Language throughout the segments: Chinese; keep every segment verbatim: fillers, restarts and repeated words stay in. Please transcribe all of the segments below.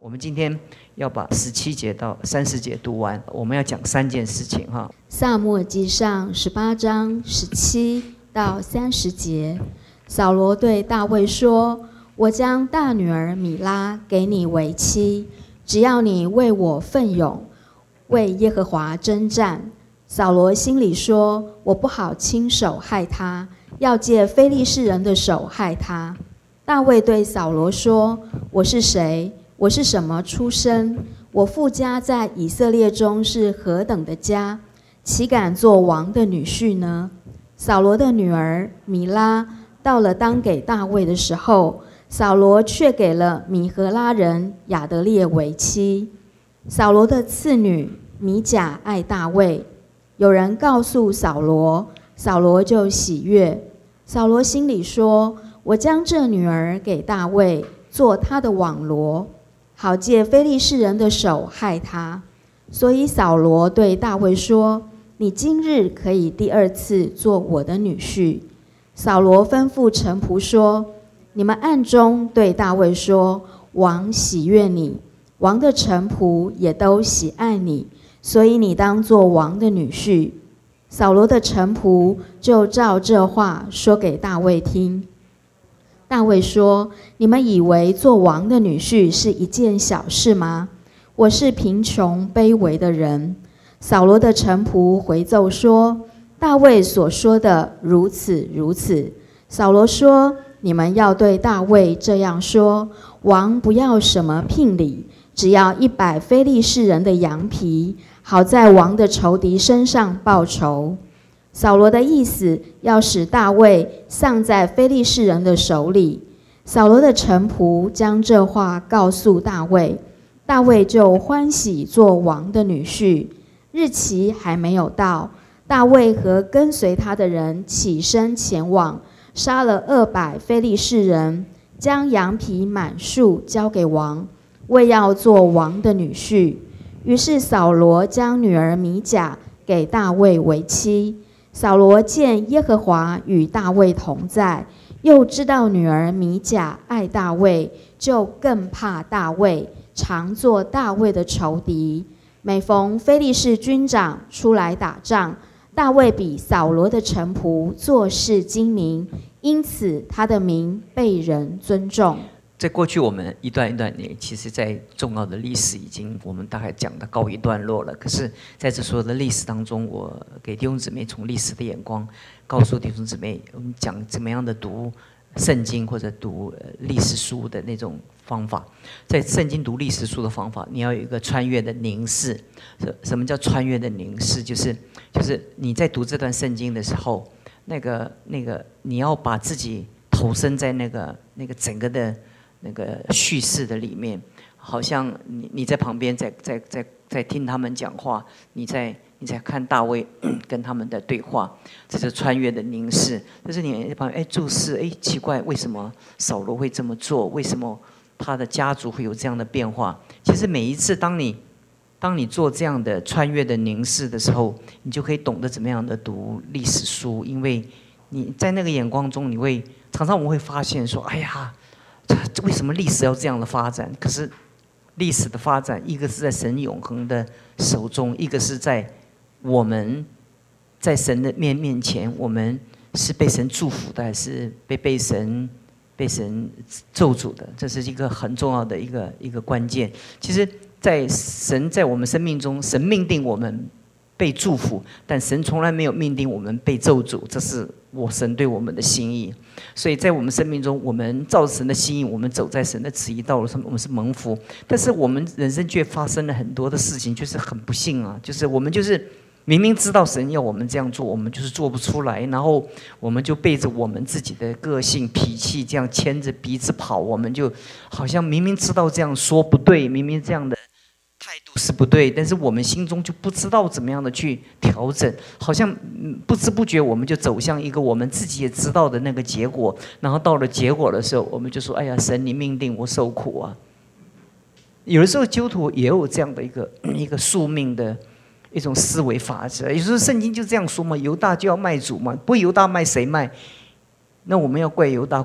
我们今天要把十七节到三十节读完，我们要讲三件事情哈。 撒母耳记上十八章十七到三十节，扫罗对大卫说：“我将大女儿米拉给你为妻，只要你为我奋勇，为耶和华征战。”扫罗心里说：“我不好亲手害他，要借非利士人的手害他。”大卫对扫罗说：“我是谁？我是什么出身？我父家在以色列中是何等的家，岂敢做王的女婿呢？”扫罗的女儿米拉到了当给大卫的时候，扫罗却给了米和拉人亚得列为妻。扫罗的次女米甲爱大卫，有人告诉扫罗，扫罗就喜悦。扫罗心里说：“我将这女儿给大卫，做他的网罗，好借非利士人的手害他。”所以扫罗对大卫说：“你今日可以第二次做我的女婿。”扫罗吩咐臣仆说：“你们暗中对大卫说，王喜悦你，王的臣仆也都喜爱你，所以你当做王的女婿。”扫罗的臣仆就照这话说给大卫听。大卫说：“你们以为做王的女婿是一件小事吗？我是贫穷卑微的人。”扫罗的臣仆回奏说：“大卫所说的如此如此。”扫罗说：“你们要对大卫这样说，王不要什么聘礼，只要一百非利士人的羊皮，好在王的仇敌身上报仇。”扫罗的意思要使大卫丧在非利士人的手里。扫罗的臣仆将这话告诉大卫，大卫就欢喜做王的女婿。日期还没有到，大卫和跟随他的人起身前往，杀了二百非利士人，将羊皮满数交给王，为要做王的女婿。于是扫罗将女儿米甲给大卫为妻。扫罗见耶和华与大卫同在，又知道女儿米甲爱大卫，就更怕大卫，常做大卫的仇敌。每逢非利士军长出来打仗，大卫比扫罗的臣仆做事精明，因此他的名被人尊重。 在过去我们一段一段年，其实在重要的历史已经我们大概讲的告一段落了。可是在这所有的历史当中，我给弟兄姊妹从历史的眼光告诉弟兄姊妹，我们讲怎么样的读圣经或者读历史书的那种方法。在圣经读历史书的方法，你要有一个穿越的凝视。什么叫穿越的凝视？就是就是你在读这段圣经的时候，那个那个你要把自己投身在那个那个整个的那个叙事的里面，好像你你在旁边在在在在听他们讲话，你在你在看大卫跟他们的对话，这是穿越的凝视。就是你在旁边哎注视，哎奇怪，为什么扫罗会这么做？为什么他的家族会有这样的变化？其实每一次当你当你做这样的穿越的凝视的时候，你就可以懂得怎么样的读历史书，因为你在那个眼光中，你会常常我们会发现说，哎呀。为什么历史要这样的发展？可是历史的发展，一个是在神永恒的手中，一个是在我们在神的面面前，我们是被神祝福的，还是被被神被神咒诅的？这是一个很重要的一个一个关键。其实，在神在我们生命中，神命定我们被祝福，但神从来没有命定我们被咒诅，这是我神对我们的心意。所以在我们生命中，我们照神的心意，我们走在神的旨意道路上，我们是蒙福。但是我们人生却发生了很多的事情，就是很不幸啊！就是我们就是明明知道神要我们这样做，我们就是做不出来，然后我们就背着我们自己的个性脾气，这样牵着鼻子跑，我们就好像明明知道这样说不对，明明这样的态度是不对，但是我们心中就不知道怎么样的去调整，好像不知不觉我们就走向一个我们自己也知道的那个结果，然后到了结果的时候，我们就说：“哎呀，神你命定我受苦啊！”有的时候基督徒也有这样的一个一个宿命的一种思维法则。有时候圣经就这样说嘛，犹大就要卖主嘛，不犹大卖谁卖？那我们要怪犹大，怪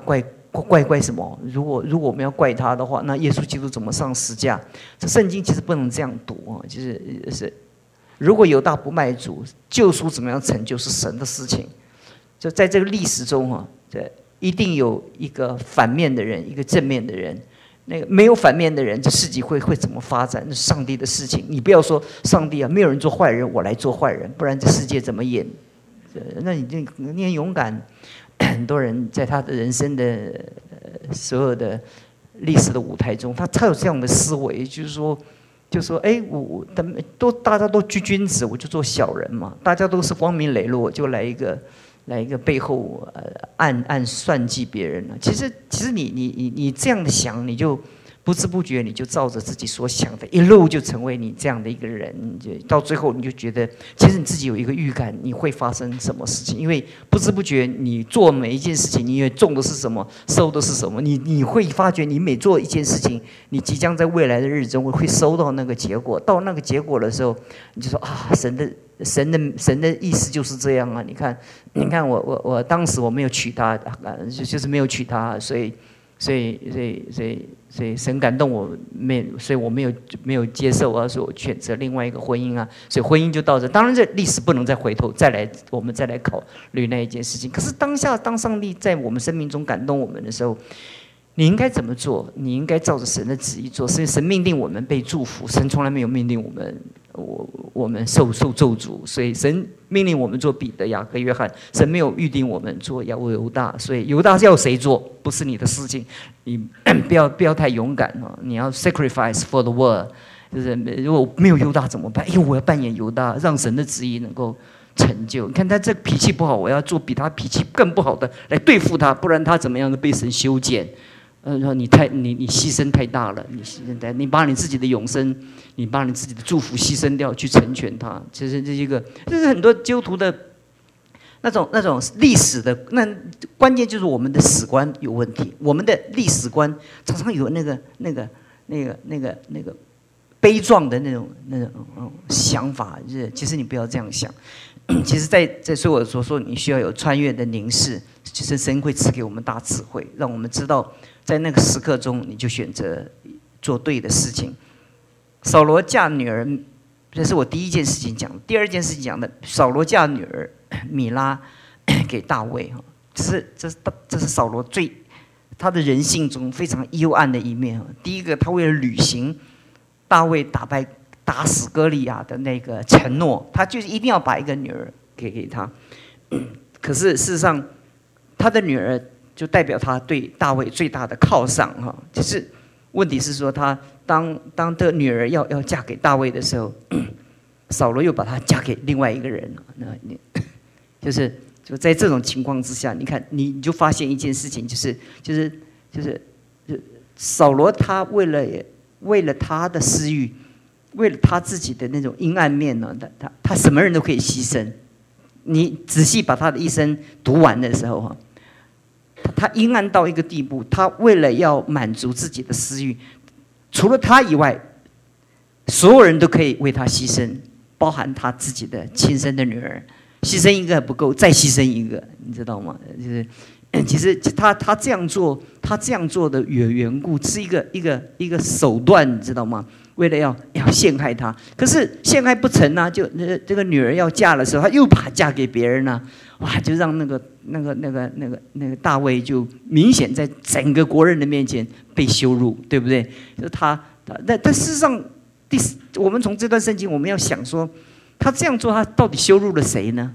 怪怪什么？如果如果我们要怪他的话，那耶稣基督怎么上十架？这圣经其实不能这样读啊，就是是，如果犹大不卖主，救赎怎么样成就是神的事情。就在这个历史中哈，这一定有一个反面的人，一个正面的人。那个没有反面的人，这世界会会怎么发展？那是上帝的事情。你不要说上帝啊，没有人做坏人，我来做坏人，不然这世界怎么演？那你就你很勇敢。很多人在他的人生的、呃、所有的历史的舞台中，他他有这样的思维，就是说，就说，哎，我我都大家都居君子，我就做小人嘛。大家都是光明磊落，就来一个。来一个背后呃暗暗算计别人了。其实其实你你你你这样的想，你就不知不觉你就照着自己所想的，一路就成为你这样的一个人。就到最后你就觉得，其实你自己有一个预感，你会发生什么事情，因为不知不觉你做每一件事情，你也种的是什么，收的是什么。你你会发觉，你每做一件事情，你即将在未来的日子中会收到那个结果。到那个结果的时候，你就说啊，神的。神的神的意思就是这样啊！你看，你看我我我当时我没有娶她，就就是没有娶她，所以所以所以所以所以神感动我，没所以我没有没有接受啊，所以我选择另外一个婚姻啊，所以婚姻就到这。当然，这历史不能再回头，再来我们再来考虑那一件事情。可是当下，当上帝在我们生命中感动我们的时候，你应该怎么做？你应该照着神的旨意做。所以神命令我们被祝福，神从来没有命令我们。我我们受受咒诅，所以神命令我们做彼得、雅各、约翰，神没有预定我们做亚犹大，所以犹大是要谁做，不是你的事情，你不要不要太勇敢哦，你要 sacrifice for the world， 就是如果没有犹大怎么办？哎呦，我要扮演犹大，让神的旨意能够成就。你看他这脾气不好，我要做比他脾气更不好的来对付他，不然他怎么样的被神修剪。呃，然后你太你你牺牲太大了，你牺牲太，你把你自己的永生，你把你自己的祝福牺牲掉，去成全他。其实这一个，这是很多基督徒的那种那种历史的那关键，就是我们的史观有问题，我们的历史观常常有那个那个那个那个那个悲壮的那种那种、嗯、想法。就是其实你不要这样想，其实在在所以我所说，你需要有穿越的凝视，其实神会赐给我们大智慧，让我们知道。在那个时刻中，你就选择做对的事情。扫罗嫁女儿，这是我第一件事情讲的。第二件事情讲的，扫罗嫁女儿米拉给大卫哈，这是这是这是扫罗最他的人性中非常幽暗的一面。第一个，他为了履行大卫打败打死歌利亚的那个承诺，他就是一定要把一个女儿给给他。可是事实上，他的女儿。就代表他对大卫最大的犒赏哈，就是问题是说他当当的女儿要要嫁给大卫的时候，扫罗又把她嫁给另外一个人，那你就是就在这种情况之下，你看你你就发现一件事情，就是就是就是就扫罗他为了为了他的私欲，为了他自己的那种阴暗面呢，他他他什么人都可以牺牲。你仔细把他的一生读完的时候哈。他阴暗到一个地步，他为了要满足自己的私欲，除了他以外，所有人都可以为他牺牲，包含他自己的亲生的女儿，牺牲一个还不够，再牺牲一个，你知道吗？就是其实他他这样做，他这样做的缘缘故是一个一个一个手段，你知道吗？为了要要陷害他，可是陷害不成啊，就这个女儿要嫁的时候，他又把她嫁给别人了、啊，哇，就让那个那个那个那个那个大卫就明显在整个国人的面前被羞辱，对不对？就他他但但事实上，第我们从这段圣经，我们要想说，他这样做，他到底羞辱了谁呢？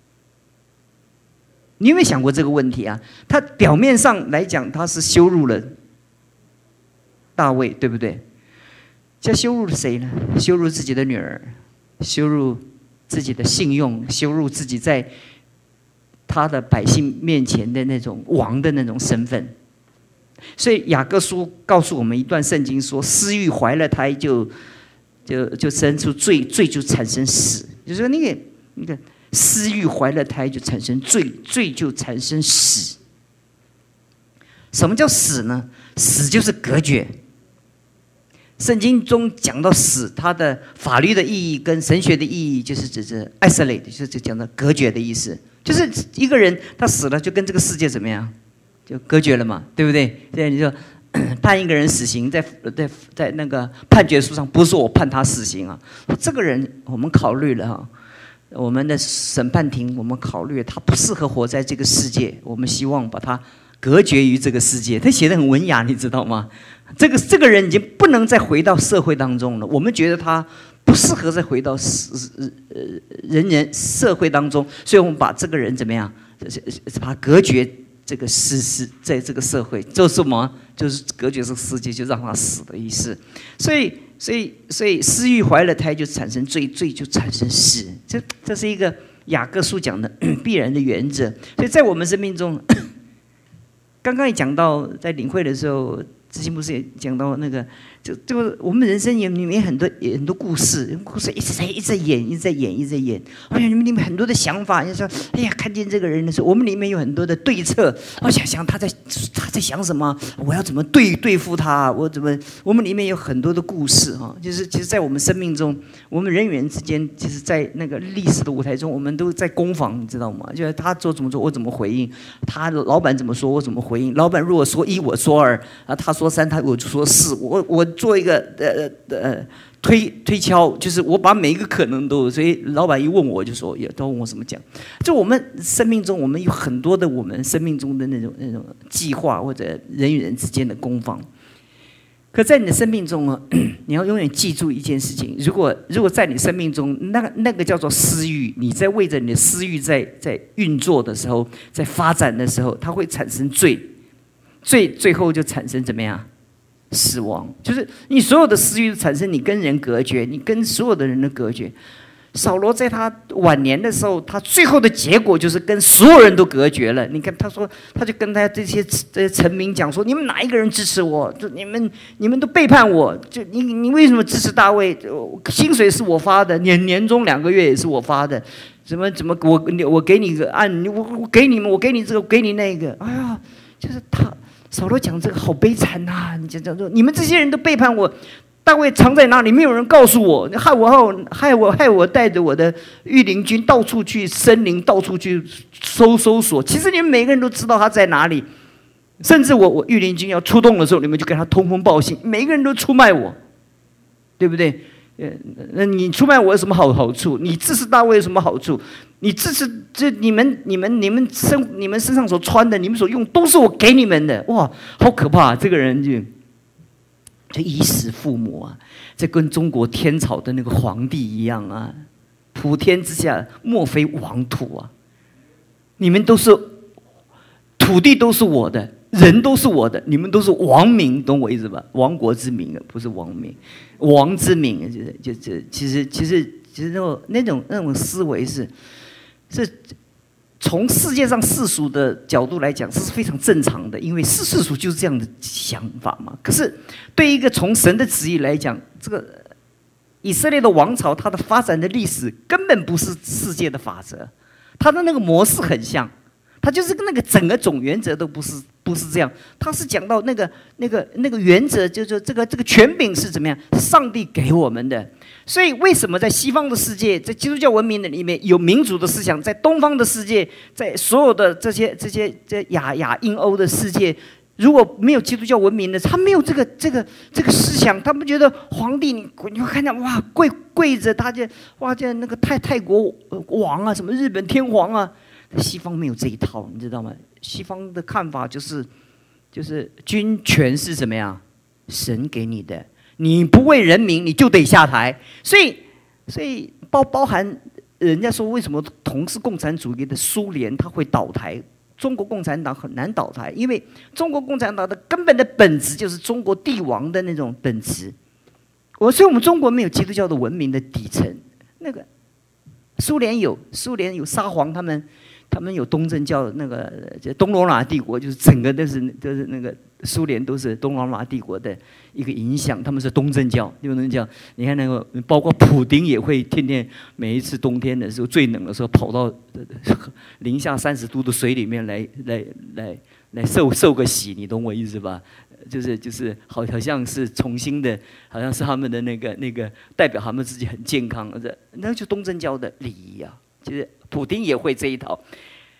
你有没有想过这个问题啊？他表面上来讲，他是羞辱了大卫，对不对？这羞辱了谁呢？羞辱自己的女儿，羞辱自己的信用，羞辱自己在他的百姓面前的那种王的那种身份。所以雅各书告诉我们一段圣经说：私欲怀了胎就，就就生出罪，罪就产生死。就是说那个那个私欲怀了胎就产生罪，罪就产生死。什么叫死呢？死就是隔绝。圣经中讲到死，它的法律的意义跟神学的意义，就是指着 isolate， 就是讲到隔绝的意思。就是一个人他死了，就跟这个世界怎么样， 就隔绝了嘛，对不对？现在你说判一个人死刑，在在在那个判决书上不是我判他死刑啊，这个人我们考虑了哈，我们的审判庭我们考虑他不适合活在这个世界，我们希望把他隔绝于这个世界。他写得很文雅，你知道吗？这个这个人已经不能再回到社会当中了，我们觉得他不适合再回到呃人人社会当中，所以我们把这个人怎么样，把他隔绝这个世世在这个社会，就是什么？就是隔绝这个世界，就让他死的意思。所以，所以，所以私欲怀了胎就产生罪，罪就产生死。这这是一个雅各书讲的必然的原则。所以在我们生命中，刚刚也讲到，在领会的时候。之前不是也讲到那个，就就我们人生里面很多很多故事，故事一直在一直在演，一直在演，一直在演。哎呀，你们里面很多的想法，你说，哎呀，看见这个人的时候，我们里面有很多的对策。我想想他在他在想什么，我要怎么对对付他，我怎么？我们里面有很多的故事哈，就是其实，在我们生命中，我们人与人之间，其实，在那个历史的舞台中，我们都在攻防，你知道吗？就是他做怎么做，我怎么回应；他老板怎么说，我怎么回应。老板如果说一，我说二，啊，他说三，他我就说四，我我做一个呃呃推推敲，就是我把每一个可能都有，所以老板一问我就说，也都问我怎么讲。就我们生命中，我们有很多的我们生命中的那种那种计划或者人与人之间的攻防。可在你的生命中啊，你要永远记住一件事情：如果如果在你生命中，那个那个叫做私欲，你在为着你的私欲在在运作的时候，在发展的时候，它会产生罪，罪最后就产生怎么样？死亡。就是你所有的私欲产生，你跟人隔绝，你跟所有的人的隔绝。扫罗在他晚年的时候，他最后的结果就是跟所有人都隔绝了。你看，他说，他就跟他这些这些臣民讲说：“你们哪一个人支持我？就你们你们都背叛我。就你你为什么支持大卫？薪水是我发的，年年终两个月也是我发的。怎么怎么我我给你个按我我给你们我给你这个我给你那个。哎呀，就是他。”扫罗讲这个好悲惨呐、啊！你讲讲说，你们这些人都背叛我，大卫藏在哪里？没有人告诉我，害我害我害我害我带着我的御林军到处去森林，到处去搜搜索。其实你们每个人都知道他在哪里，甚至我我御林军要出动的时候，你们就跟他通风报信，每个人都出卖我，对不对？那你出卖我有什么好好处？你支持大卫有什么好处？你支持这你们你们你们身你们身上所穿的，你们所用都是我给你们的。哇，好可怕、啊！这个人就就衣食父母啊，这跟中国天朝的那个皇帝一样啊，普天之下莫非王土啊！你们都是土地都是我的。人都是我的，你们都是王民，懂我意思吧？亡国之民不是王民，王之民就是就是其实其实其实那种那种那种思维是是从世界上世俗的角度来讲是非常正常的，因为世世俗就是这样的想法嘛。可是对一个从神的旨意来讲，这个以色列的王朝它的发展的历史根本不是世界的法则，它的那个模式很像。他就是那个整个总原则都不是不是这样，他是讲到那个那个那个原则，就是这个这个权柄是怎么样，上帝给我们的。所以为什么在西方的世界，在基督教文明的里面有民主的思想，在东方的世界，在所有的这些这些这亚亚印欧的世界，如果没有基督教文明的，他没有这个这个这个思想，他们觉得皇帝你你会看到哇跪跪着，他就哇这那个泰泰国王啊，什么日本天皇啊。西方没有这一套，你知道吗？西方的看法就是，就是军权是怎么样，神给你的，你不为人民，你就得下台。所以，所以包包含人家说，为什么同是共产主义的苏联它会倒台，中国共产党很难倒台，因为中国共产党的根本的本质就是中国帝王的那种本质。我所以我们中国没有基督教的文明的底层，那个苏联有，苏联有沙皇他们。他们有东正教，那个东罗马帝国就是整个都是都是那个苏联都是东罗马帝国的一个影响，他们是东正教，东正教。你看那个，包括普丁也会天天每一次冬天的时候最冷的时候跑到零下三十度的水里面来来来来受受个洗，你懂我意思吧？就是就是好好像是重新的，好像是他们的那个那个代表他们自己很健康的，那就东正教的礼仪啊。其实普丁也会这一套。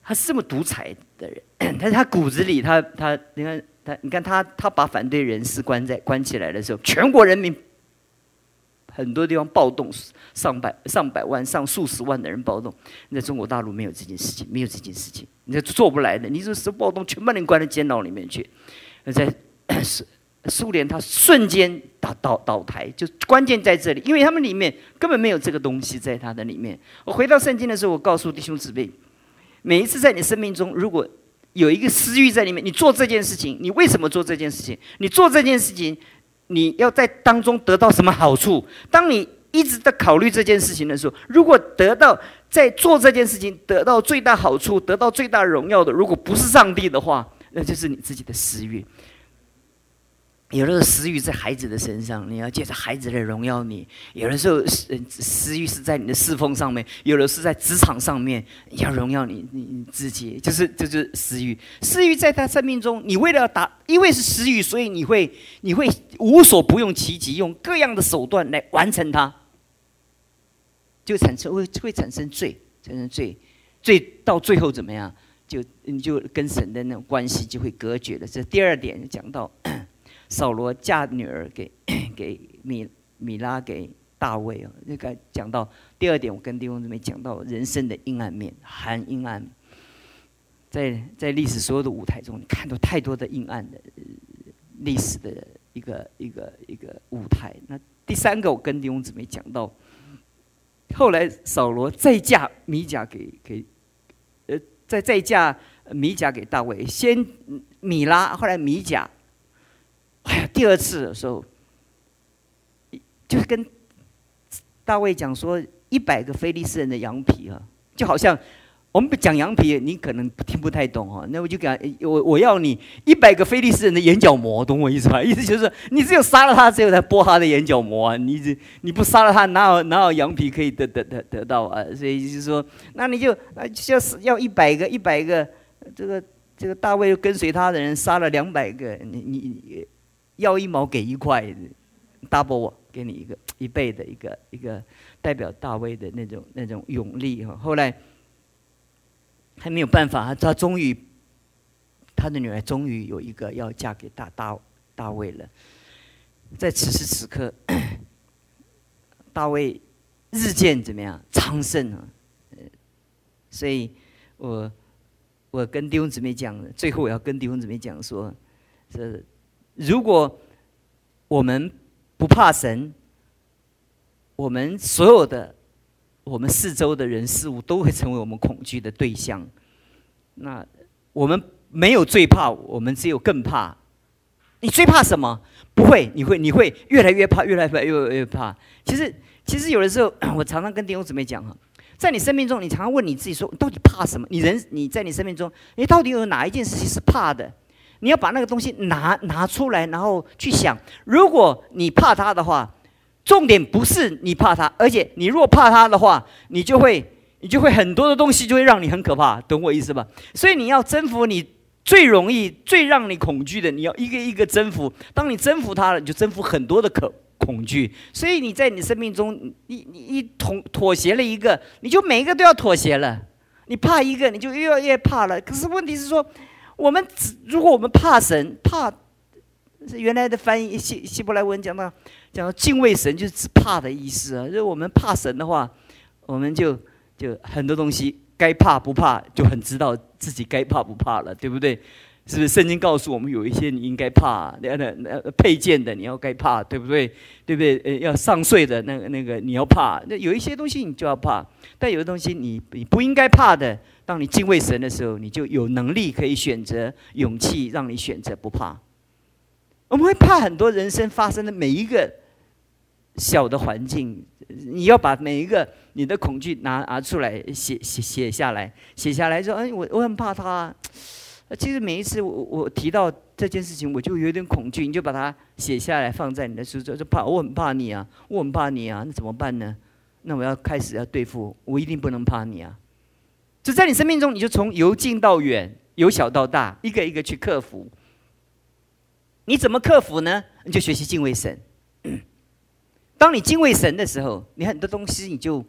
他是这么独裁的人，但是他骨子里他他你看他你看他他把反对人士关在关起来的时候，全国人民很多地方暴动，上百上百万上数十万的人暴动。在中国大陆没有这件事情，没有这件事情，你这做不来的。你说是暴动，全把人关在监牢里面去。在苏联，他瞬间倒倒倒台，就关键在这里，因为他们里面根本没有这个东西在他的里面。我回到圣经的时候，我告诉弟兄姊妹，每一次在你生命中，如果有一个私欲在里面，你做这件事情，你为什么做这件事情？你做这件事情，你要在当中得到什么好处？当你一直在考虑这件事情的时候，如果得到在做这件事情得到最大好处、得到最大荣耀的，如果不是上帝的话，那就是你自己的私欲。有的时候私欲在孩子的身上，你要借着孩子来荣耀你；有的时候私欲是在你的侍奉上面，有的是在职场上面，要荣耀你你你自己，就是这就是私欲。私欲在他生命中，你为了达，因为是私欲，所以你会你会无所不用其极，用各样的手段来完成它，就产生会会产生罪，产生罪，罪到最后怎么样？就你就跟神的那种关系就会隔绝了。这第二点讲到。扫罗嫁女儿给给米米拉给大卫啊，那个讲到第二点，我跟弟兄姊妹讲到人生的阴暗面，含阴暗，在在历史所有的舞台中，你看到太多的阴暗的历史的一个一个一个舞台。那第三个，我跟弟兄姊妹讲到，后来扫罗再嫁米甲给给呃再再嫁米甲给大卫，先米拉，后来米甲。哎呀，第二次的时候，就是跟大卫讲说，一百个非利士人的羊皮啊，就好像我们讲羊皮，你可能听不太懂哈。那我就讲，我我要你一百个非利士人的眼角膜，懂我意思吧？意思就是说，你只有杀了他，只有才剥他的眼角膜啊！你你不杀了他，哪有哪有羊皮可以得得得得到啊？所以就是说，那你就就是要一百个一百个，这个这个大卫跟随他的人杀了两百个，你你你。要一毛给一块 ，double 给你一个一倍的一个一个代表大卫的那种那种勇力哈。后来还没有办法，他终于他的女儿终于有一个要嫁给大大大卫了。在此时此刻，大卫日渐怎么样昌盛啊？所以我我跟弟兄姊妹讲，最后我要跟弟兄姊妹讲说，这。如果我们不怕神，我们所有的我们四周的人事物都会成为我们恐惧的对象。那我们没有最怕，我们只有更怕。你最怕什么？不会，你会你会越来越怕，越来越越来越怕。其实其实有的时候，我常常跟弟兄姊妹讲哈，在你生命中，你常常问你自己说，你到底怕什么？你人你在你生命中，你到底有哪一件事情是怕的？你要把那个东西拿拿出来，然后去想。如果你怕他的话，重点不是你怕他，而且你若怕他的话，你就会你就会很多的东西就会让你很可怕，懂我意思吧？所以你要征服你最容易、最让你恐惧的，你要一个一个征服。当你征服他了，你就征服很多的可恐惧。所以你在你生命中，你你一妥妥协了一个，你就每一个都要妥协了。你怕一个，你就越来越怕了。可是问题是说。我们如果我们怕神，怕原来的翻译希希伯来文讲到讲到敬畏神，就是只怕的意思啊。如果我们怕神的话，我们就就很多东西该怕不怕，就很知道自己该怕不怕了，对不对？是不是？圣经告诉我们有一些你应该怕，那那配件的你要该怕，对不对？对不对？呃，要上税的那个那个你要怕，那有一些东西你就要怕，但有的东西你你不应该怕的。当你敬畏神的时候，你就有能力可以选择勇气，让你选择不怕。我们会怕很多人生发生的每一个小的环境，你要把每一个你的恐惧拿拿出来写写写下来，写下来说，哎，我我很怕他、啊。其实每一次我我提到这件事情，我就有点恐惧，你就把它写下来，放在你的书桌，就怕我很怕你啊，我很怕你啊，那怎么办呢？那我要开始要对付，我一定不能怕你啊。就在你生命中，你就从由近到远，由小到大，一个一个去克服。你怎么克服呢？你就学习敬畏神。当你敬畏神的时候，你很多东西你就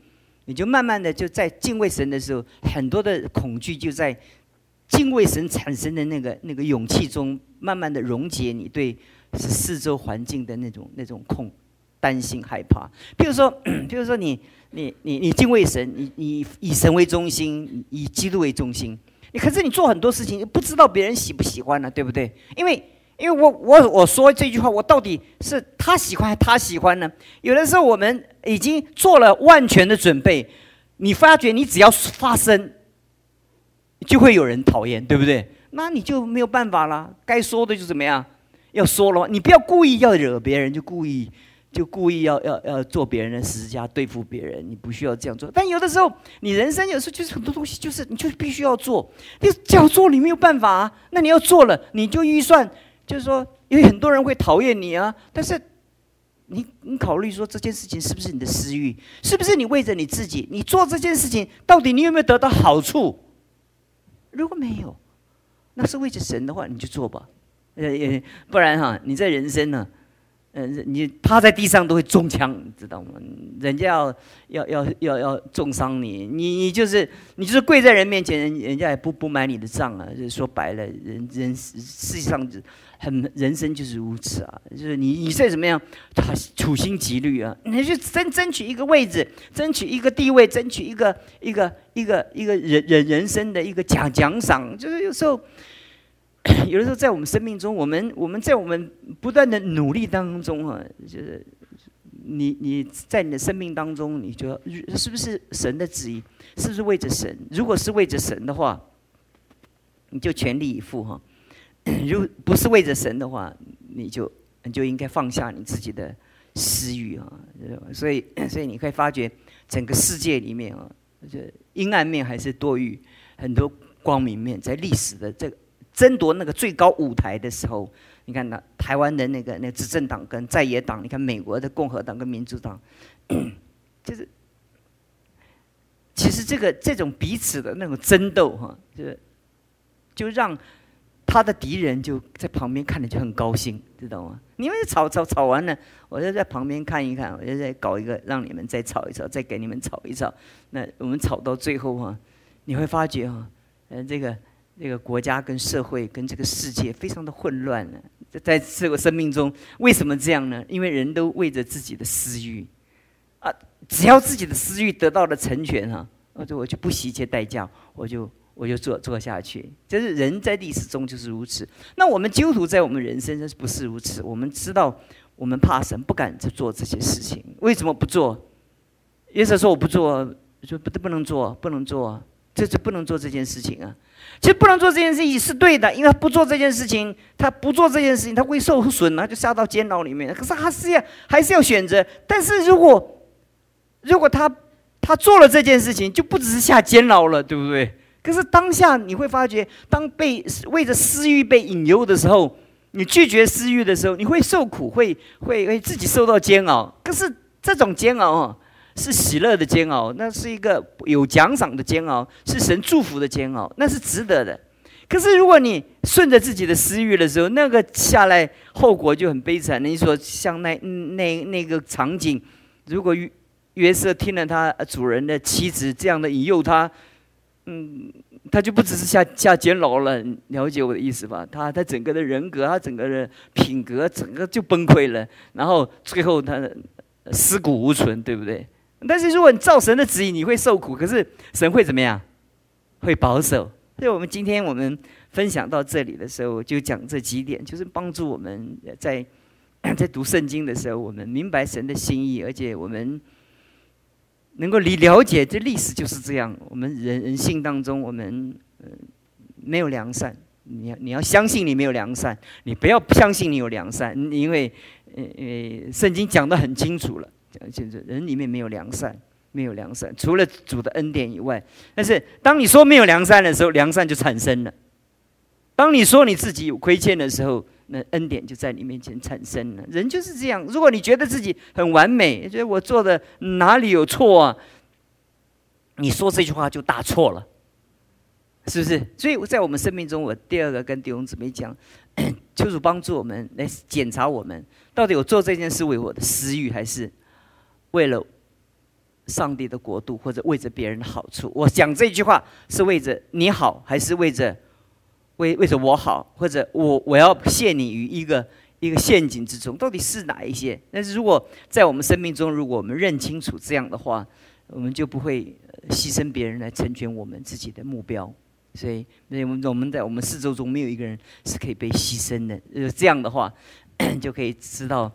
你就慢慢的就在敬畏神的时候，很多的恐惧就在敬畏神产生的那个那个勇气中，慢慢的溶解你对四周环境的那种那种恐担心害怕。比如说，比如说你你你你敬畏神，你你以神为中心，以基督为中心，你可是你做很多事情不知道别人喜不喜欢呢、啊，对不对？因为因为我我我说这句话，我到底是他喜欢还是他喜欢呢？有的时候我们已经做了万全的准备，你发觉你只要发声，就会有人讨厌，对不对？那你就没有办法了。该说的就怎么样，要说了，你不要故意要惹别人，就故意就故意要要要做别人的十字架对付别人，你不需要这样做。但有的时候，你人生有时候就是很多东西，就是你就必须要做，你只要做你没有办法啊。那你要做了，你就预算。就是说，因为很多人会讨厌你啊，但是你你考虑说这件事情是不是你的私欲，是不是你为着你自己，你做这件事情到底你有没有得到好处？如果没有，那是为着神的话，你就做吧。呃，不然哈，你在人生呢、啊，呃，你趴在地上都会中枪，你知道吗？人家要要要要要重伤你，你你就是你就是跪在人面前，人人家也不不买你的账啊。就是说白了，人人世界上很人生就是如此啊，就是你你再怎么样，他处心积虑啊，你去争争取一个位置，争取一个地位，争取一个一个一个一个人人人生的一个奖奖赏，就是有时候。有的时候，在我们生命中，我们我们在我们不断的努力当中啊，就是你你在你的生命当中，你觉得是不是神的旨意？是不是为着神？如果是为着神的话，你就全力以赴哈；如不是为着神的话，你就你就应该放下你自己的私欲啊。所以所以你会发觉，整个世界里面啊，阴暗面还是多于很多光明面，在历史的这个。争夺那个最高舞台的时候，你看那台湾的那个那个执政党跟在野党，你看美国的共和党跟民主党，就是其实这个这种彼此的那种争斗哈，就是就让他的敌人就在旁边看着就很高兴，知道吗？你们吵吵吵完了，我就在旁边看一看，我就在搞一个让你们再吵一吵，再给你们吵一吵。那我们吵到最后哈，你会发觉哈，呃，这个。这个国家跟社会跟这个世界非常的混乱了，在这个生命中，为什么这样呢？因为人都为着自己的私欲，啊，只要自己的私欲得到了成全哈，我就我就不惜一切代价，我就我就做做下去。就是人在历史中就是如此。那我们基督徒在我们人生不是如此？我们知道我们怕神，不敢去做这些事情。为什么不做？耶稣说我不做，就不不能做，不能做，这就不能做这件事情啊。其实不能做这件事情是对的，因为他不做这件事情，他不做这件事情，他会受损，他就下到监牢里面。可是还是要还是要选择。但是如果如果他他做了这件事情，就不只是下监牢了，对不对？可是当下你会发觉，当被为着私欲被引诱的时候，你拒绝私欲的时候，你会受苦，会会会自己受到煎熬。可是这种煎熬啊。是喜乐的煎熬，那是一个有奖赏的煎熬，是神祝福的煎熬，那是值得的。可是如果你顺着自己的私欲的时候，那个下来后果就很悲惨。你说像那那那个场景，如果约瑟听了他主人的妻子这样的引诱他，嗯，他就不只是下下监牢了。了解我的意思吧？他他整个的人格，他整个的品格，整个就崩溃了。然后最后他尸骨无存，对不对？但是如果你照神的旨意，你会受苦，可是神会怎么样？会保守。所以我们今天我们分享到这里的时候，就讲这几点，就是帮助我们在在读圣经的时候，我们明白神的心意，而且我们能够理了解这历史就是这样。我们人人性当中，我们、呃、没有良善，你要你要相信你没有良善，你不要相信你有良善，因为呃呃圣经讲得很清楚了。就是人里面没有良善，没有良善，除了主的恩典以外。但是当你说没有良善的时候，良善就产生了；当你说你自己有亏欠的时候，那恩典就在你面前产生了。人就是这样，如果你觉得自己很完美，觉得我做的哪里有错啊，你说这句话就大错了，是不是？所以在我们生命中，我第二个跟弟兄姊妹讲，求主帮助我们来检查我们到底我做这件事为我的私欲，还是为了上帝的国度，或者为着别人的好处。我讲这句话是为着你好，还是为着为为着我好，或者我我要陷你于一个一个陷阱之中？到底是哪一些？但是如果在我们生命中，如果我们认清楚这样的话，我们就不会牺牲别人来成全我们自己的目标。所以，我们在我们四周中没有一个人是可以被牺牲的。呃，这样的话，就可以知道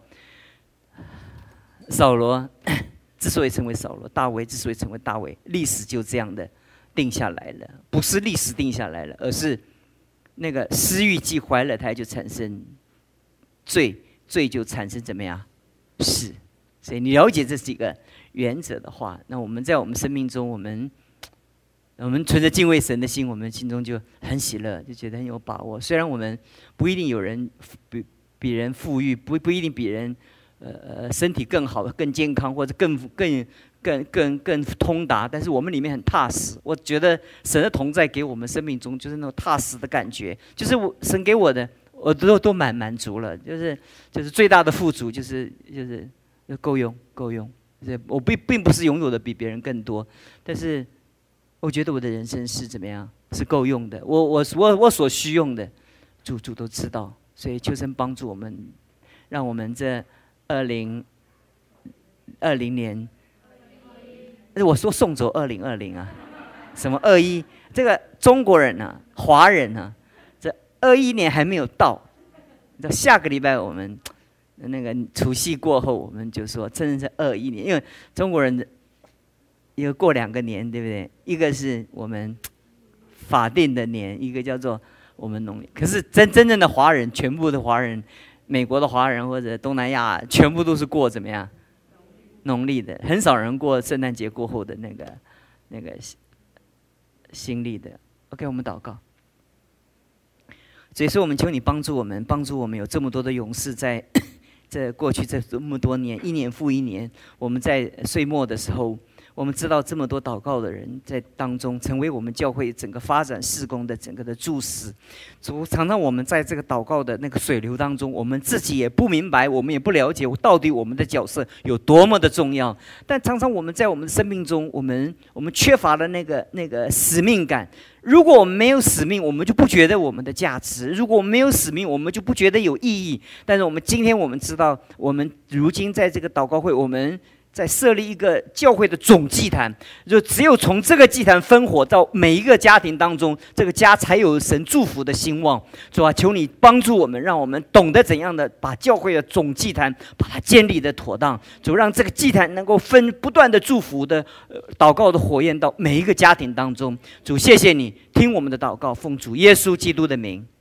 扫罗之所以成为扫罗，大卫之所以成为大卫，历史就这样的定下来了。不是历史定下来了，而是那个私欲既怀了胎，就产生罪，罪就产生怎么样？是。所以你了解这几个原则的话，那我们在我们生命中，我们我们存着敬畏神的心，我们心中就很喜乐，就觉得很有把握。虽然我们不一定有人比比人富裕，不不一定比人呃身体更好、更健康，或者更更更更更通达，但是我们里面很踏实。我觉得神的同在给我们生命中就是那种踏实的感觉，就是我神给我的，我都都满满足了，就是就是最大的富足，就是就是够用够用。我并并不是拥有的比别人更多，但是我觉得我的人生是怎么样，是够用的。我我我我所需用的，主主都知道。所以求神帮助我们，让我们这二零二零年，我说送走二零二零啊，什么二一？这个中国人啊，华人啊，这二一年还没有到，到下个礼拜我们。那个除夕过后，我们就说真的是二一年，因为中国人一个过两个年，对不对？一个是我们法定的年，一个叫做我们农历。可是真真正的华人，全部的华人，美国的华人或者东南亚，全部都是过怎么样？农历的，很少人过圣诞节过后的那个那个新历的。OK， 我们祷告。所以说，我们求你帮助我们，帮助我们有这么多的勇士在。这过去这这么多年，一年复一年，我们在岁末的时候，我们知道这么多祷告的人在当中，成为我们教会整个发展事工的整个的柱石。主，常常我们在这个祷告的那个水流当中，我们自己也不明白，我们也不了解到底我们的角色有多么的重要。但常常我们在我们的生命中，我们我们缺乏了那个那个使命感。如果我们没有使命，我们就不觉得我们的价值；如果我们没有使命，我们就不觉得有意义。但是我们今天我们知道，我们如今在这个祷告会，我们在设立一个教会的总祭坛，就只有从这个祭坛分火到每一个家庭当中，这个家才有神祝福的兴旺。主啊，求你帮助我们，让我们懂得怎样的把教会的总祭坛把它建立的妥当。主，让这个祭坛能够分不断的祝福的、呃、祷告的火焰到每一个家庭当中。主，谢谢你听我们的祷告，奉主耶稣基督的名。